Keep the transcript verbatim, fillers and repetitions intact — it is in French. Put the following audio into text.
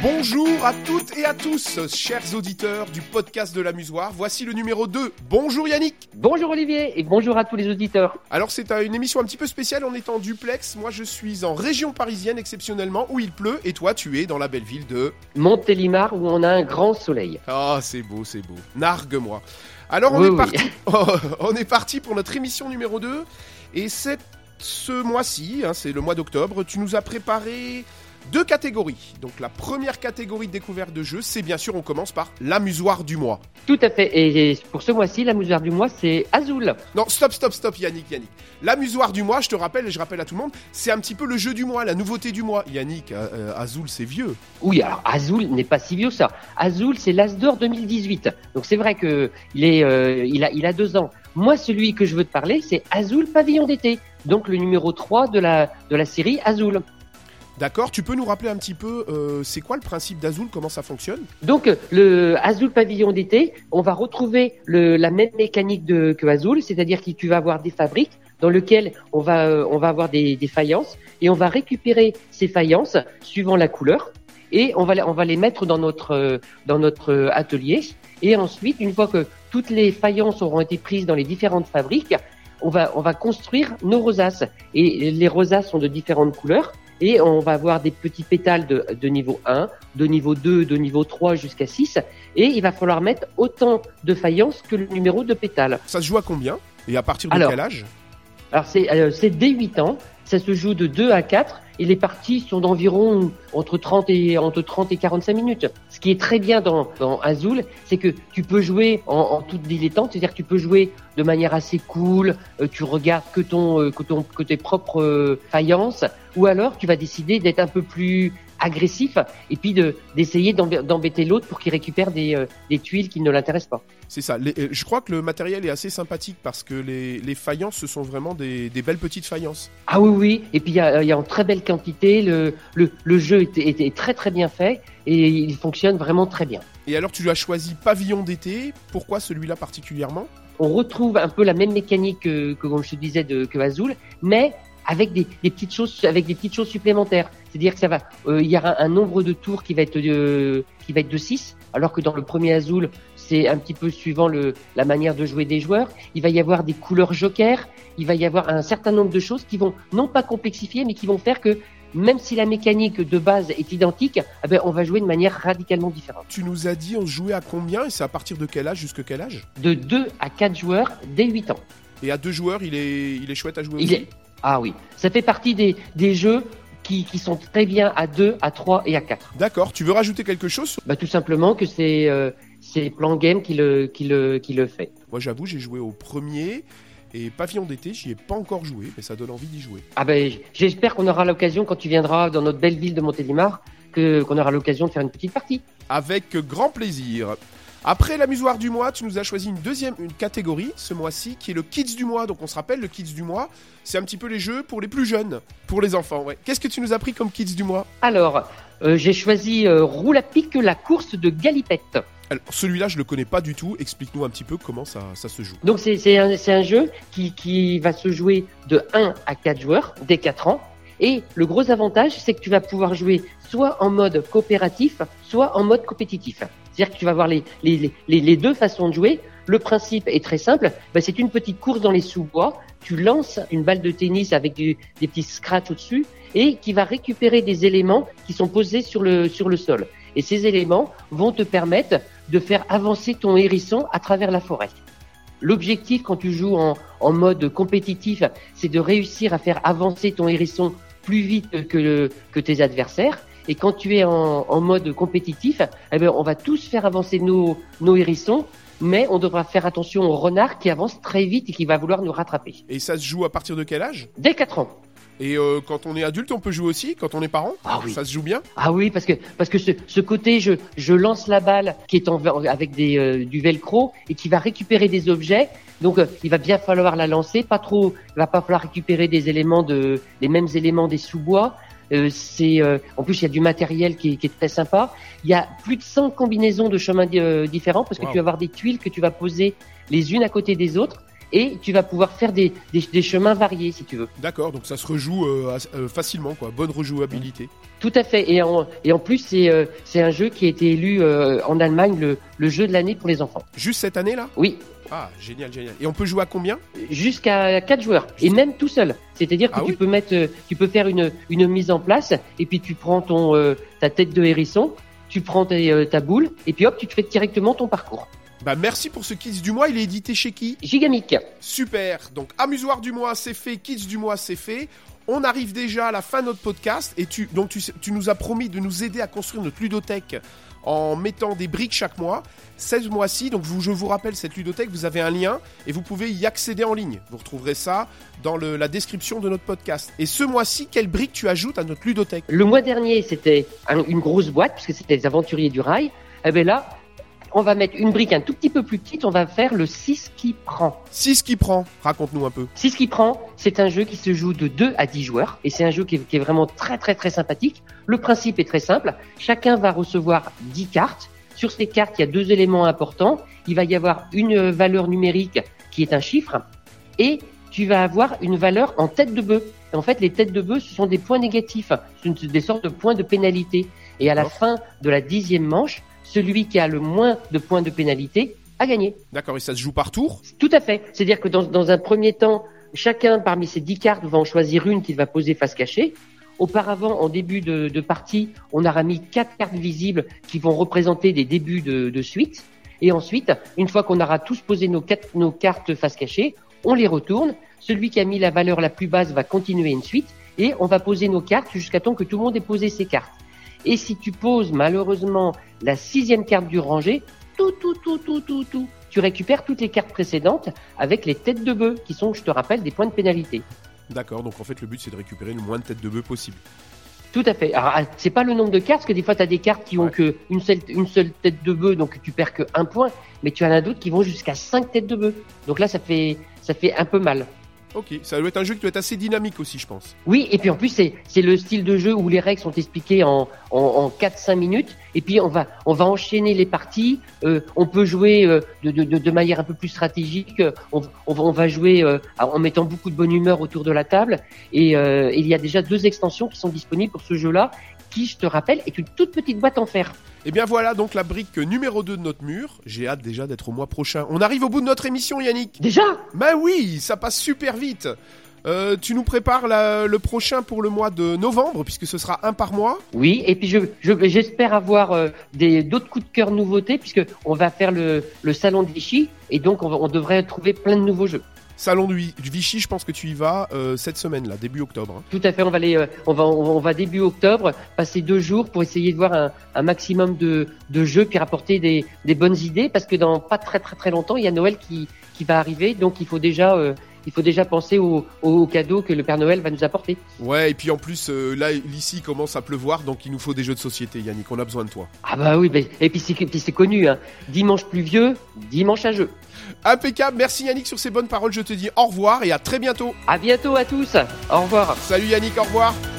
Bonjour à toutes et à tous, chers auditeurs du podcast de l'Amusoir. Voici le numéro deux. Bonjour Yannick. Bonjour Olivier et bonjour à tous les auditeurs. Alors c'est une émission un petit peu spéciale, on est en duplex. Moi je suis en région parisienne exceptionnellement où il pleut et toi tu es dans la belle ville de Montélimar où on a un grand soleil. Ah, c'est beau, c'est beau. Nargue-moi. Alors on Oui, est oui. parti. Oh, on est parti pour notre émission numéro deux et c'est ce mois-ci, hein, c'est le mois d'octobre, tu nous as préparé deux catégories. Donc la première catégorie de découverte de jeux, c'est bien sûr, on commence par l'amusoir du mois. Tout à fait. Et pour ce mois-ci, l'amusoir du mois, c'est Azul. Non, stop, stop, stop, Yannick, Yannick. L'amusoir du mois, je te rappelle et je rappelle à tout le monde, c'est un petit peu le jeu du mois, la nouveauté du mois. Yannick, euh, Azul, c'est vieux. Oui, alors Azul n'est pas si vieux ça. Azul, c'est l'As d'or deux mille dix-huit. Donc c'est vrai que il est, euh, il a, il a deux ans. Moi, celui que je veux te parler, c'est Azul Pavillon d'été. Donc le numéro trois de la, de la série Azul. D'accord, tu peux nous rappeler un petit peu, euh, c'est quoi le principe d'Azul, comment ça fonctionne? Donc le Azul Pavillon d'été, on va retrouver le, la même mécanique de, que Azul, c'est-à-dire que tu vas avoir des fabriques dans lesquelles on va, euh, on va avoir des, des faïences et on va récupérer ces faïences suivant la couleur et on va, on va les mettre dans notre, euh, dans notre atelier. Et ensuite, une fois que toutes les faïences auront été prises dans les différentes fabriques, on va, on va construire nos rosaces. Et les rosaces sont de différentes couleurs. Et on va avoir des petits pétales de, de niveau un, de niveau deux, de niveau trois jusqu'à six. Et il va falloir mettre autant de faïences que le numéro de pétales. Ça se joue à combien? Et à partir de alors, quel âge? Alors c'est, euh, c'est dès huit ans. Ça se joue de deux à quatre. Et les parties sont d'environ entre trente et, entre trente et quarante-cinq minutes. Ce qui est très bien dans, dans Azul, c'est que tu peux jouer en, en toute dilettante. C'est-à-dire que tu peux jouer de manière assez cool. Euh, tu regardes que ton, euh, que ton, que tes propres euh, faïences. Ou alors, tu vas décider d'être un peu plus agressif et puis de, d'essayer d'embêter l'autre pour qu'il récupère des, euh, des tuiles qui ne l'intéressent pas. C'est ça. Les, euh, je crois que le matériel est assez sympathique parce que les, les faïences, ce sont vraiment des, des belles petites faïences. Ah oui, oui. Et puis, il y a, il y a en très belle quantité. Le, le, le jeu est, est, est très, très bien fait et il fonctionne vraiment très bien. Et alors, tu as choisi Pavillon d'été. Pourquoi celui-là particulièrement? On retrouve un peu la même mécanique que, que comme je te disais, de, que Azul, mais avec des, des petites choses, avec des petites choses supplémentaires. C'est-à-dire que ça va, euh, il y aura un nombre de tours qui va être de, qui va être de six, alors que dans le premier Azul, c'est un petit peu suivant le, la manière de jouer des joueurs. Il va y avoir des couleurs jokers, il va y avoir un certain nombre de choses qui vont non pas complexifier, mais qui vont faire que même si la mécanique de base est identique, eh ben, on va jouer de manière radicalement différente. Tu nous as dit on jouait à combien et c'est à partir de quel âge jusqu'à quel âge? De deux à quatre joueurs dès huit ans. Et à deux joueurs, il est, il est chouette à jouer il aussi est... Ah oui, ça fait partie des, des jeux qui, qui sont très bien à deux, à trois et à quatre. D'accord, tu veux rajouter quelque chose sur... Bah, tout simplement que c'est, euh, c'est Plan Game qui le, qui, le, qui le fait. Moi j'avoue, j'ai joué au premier et Pavillon d'été, j'y ai pas encore joué, mais ça donne envie d'y jouer. Ah ben, j'espère qu'on aura l'occasion, quand tu viendras dans notre belle ville de Montélimar, que, qu'on aura l'occasion de faire une petite partie. Avec grand plaisir. Après l'amusoir du mois, tu nous as choisi une deuxième une catégorie ce mois-ci qui est le Kids du mois. Donc on se rappelle, le Kids du mois, c'est un petit peu les jeux pour les plus jeunes, pour les enfants. Ouais. Qu'est-ce que tu nous as pris comme Kids du mois? Alors, euh, j'ai choisi euh, Roule à pique, la course de Galipette. Alors, celui-là, je le connais pas du tout. Explique-nous un petit peu comment ça, ça se joue. Donc c'est, c'est, un, c'est un jeu qui, qui va se jouer de un à quatre joueurs dès quatre ans. Et le gros avantage, c'est que tu vas pouvoir jouer soit en mode coopératif, soit en mode compétitif. C'est-à-dire que tu vas avoir les, les, les, les deux façons de jouer. Le principe est très simple. Ben, c'est une petite course dans les sous-bois. Tu lances une balle de tennis avec du, des petits scratchs au-dessus et qui va récupérer des éléments qui sont posés sur le, sur le sol. Et ces éléments vont te permettre de faire avancer ton hérisson à travers la forêt. L'objectif quand tu joues en, en mode compétitif, c'est de réussir à faire avancer ton hérisson plus vite que, le, que tes adversaires. Et quand tu es en, en mode compétitif, eh bien, on va tous faire avancer nos, nos hérissons, mais on devra faire attention au renard qui avance très vite et qui va vouloir nous rattraper. Et ça se joue à partir de quel âge? Dès quatre ans. Et euh, quand on est adulte, on peut jouer aussi? Quand on est parent? Ah oui. Ça se joue bien? Ah oui, parce que parce que ce, ce côté, je, je lance la balle qui est en, avec des, euh, du velcro et qui va récupérer des objets. Donc, euh, il va bien falloir la lancer, pas trop. Il va pas falloir récupérer des éléments de, les mêmes éléments des sous-bois. Euh, c'est euh, en plus il y a du matériel qui est, qui est très sympa. Il y a plus de cent combinaisons de chemins euh, différents parce que wow. Tu vas avoir des tuiles que tu vas poser les unes à côté des autres et tu vas pouvoir faire des, des, des chemins variés si tu veux. D'accord, donc ça se rejoue euh, euh, facilement, quoi. Bonne rejouabilité. Tout à fait. Et en, et en plus, c'est, euh, c'est un jeu qui a été élu euh, en Allemagne le, le jeu de l'année pour les enfants. Juste cette année-là ? Oui. Ah, génial, génial. Et on peut jouer à combien ? Jusqu'à quatre joueurs. Et même tout seul. C'est-à-dire que ah, tu oui peux mettre, euh, tu peux faire une, une mise en place, et puis tu prends ton, euh, ta tête de hérisson, tu prends ta, euh, ta boule, et puis hop, tu te fais directement ton parcours. Bah merci pour ce Kids du mois, il est édité chez qui ? Gigamic. Super, donc Amusoir du mois c'est fait, Kids du mois c'est fait. On arrive déjà à la fin de notre podcast et tu, donc tu, tu nous as promis de nous aider à construire notre ludothèque en mettant des briques chaque mois. seize mois-ci, donc vous, je vous rappelle cette ludothèque, vous avez un lien et vous pouvez y accéder en ligne. Vous retrouverez ça dans le, la description de notre podcast. Et ce mois-ci, quelle brique tu ajoutes à notre ludothèque ? Le mois dernier, c'était un, une grosse boîte puisque c'était les aventuriers du rail. Et bien là, on va mettre une brique un tout petit peu plus petite, on va faire le six qui prend. six qui prend, raconte-nous un peu. six qui prend, c'est un jeu qui se joue de deux à dix joueurs et c'est un jeu qui est, qui est vraiment très très très sympathique. Le principe est très simple, chacun va recevoir dix cartes. Sur ces cartes, il y a deux éléments importants. Il va y avoir une valeur numérique qui est un chiffre et tu vas avoir une valeur en tête de bœuf. En fait, les têtes de bœuf, ce sont des points négatifs, ce sont des sortes de points de pénalité. Et à la fin de la dixième manche, celui qui a le moins de points de pénalité a gagné. D'accord, et ça se joue par tour ? Tout à fait. C'est-à-dire que dans, dans un premier temps, chacun parmi ces dix cartes va en choisir une qu'il va poser face cachée. Auparavant, en début de, de partie, on aura mis quatre cartes visibles qui vont représenter des débuts de, de suite. Et ensuite, une fois qu'on aura tous posé nos, quatre, nos cartes face cachée, on les retourne. Celui qui a mis la valeur la plus basse va continuer une suite. Et on va poser nos cartes jusqu'à temps que tout le monde ait posé ses cartes. Et si tu poses malheureusement la sixième carte du rangé, tout, tout, tout, tout, tout, tout, tu récupères toutes les cartes précédentes avec les têtes de bœuf qui sont, je te rappelle, des points de pénalité. D'accord, donc en fait le but c'est de récupérer le moins de têtes de bœuf possible. Tout à fait. Alors, c'est pas le nombre de cartes, parce que des fois tu as des cartes qui ont ouais. qu'une seule, une seule tête de bœuf, donc tu perds que un point, mais tu en as d'autres qui vont jusqu'à cinq têtes de bœuf. Donc là, ça fait, ça fait un peu mal. Ok, ça doit être un jeu qui doit être assez dynamique aussi, je pense. Oui, et puis en plus, c'est, c'est le style de jeu où les règles sont expliquées en, en, en quatre cinq minutes, et puis on va, on va enchaîner les parties, euh, on peut jouer euh, de, de, de manière un peu plus stratégique, on, on, on va jouer euh, en mettant beaucoup de bonne humeur autour de la table, et euh, il y a déjà deux extensions qui sont disponibles pour ce jeu-là, qui, je te rappelle, est une toute petite boîte en fer. Et bien voilà donc la brique numéro deux de notre mur. J'ai hâte déjà d'être au mois prochain. On arrive au bout de notre émission, Yannick. Déjà ? Ben oui, ça passe super vite. Euh, tu nous prépares la, le prochain pour le mois de novembre, puisque ce sera un par mois. Oui, et puis je, je, j'espère avoir euh, des, d'autres coups de cœur nouveautés, puisque on va faire le, le salon de Vichy, et donc on, va, on devrait trouver plein de nouveaux jeux. Salon du, du Vichy, je pense que tu y vas euh, cette semaine là, début octobre. Hein. Tout à fait, on va aller, euh, on va, on va début octobre passer deux jours pour essayer de voir un, un maximum de, de jeux puis rapporter des, des bonnes idées, parce que dans pas très très très longtemps il y a Noël qui, qui va arriver, donc il faut déjà, euh, il faut déjà penser aux au, au cadeaux que le Père Noël va nous apporter. Ouais, et puis en plus euh, là ici il commence à pleuvoir, donc il nous faut des jeux de société, Yannick, on a besoin de toi. Ah bah oui, bah, et puis c'est, puis c'est connu, hein. Dimanche pluvieux, dimanche à jeu. Impeccable, merci Yannick sur ces bonnes paroles, je te dis au revoir et à très bientôt. À bientôt à tous, au revoir. Salut Yannick, au revoir.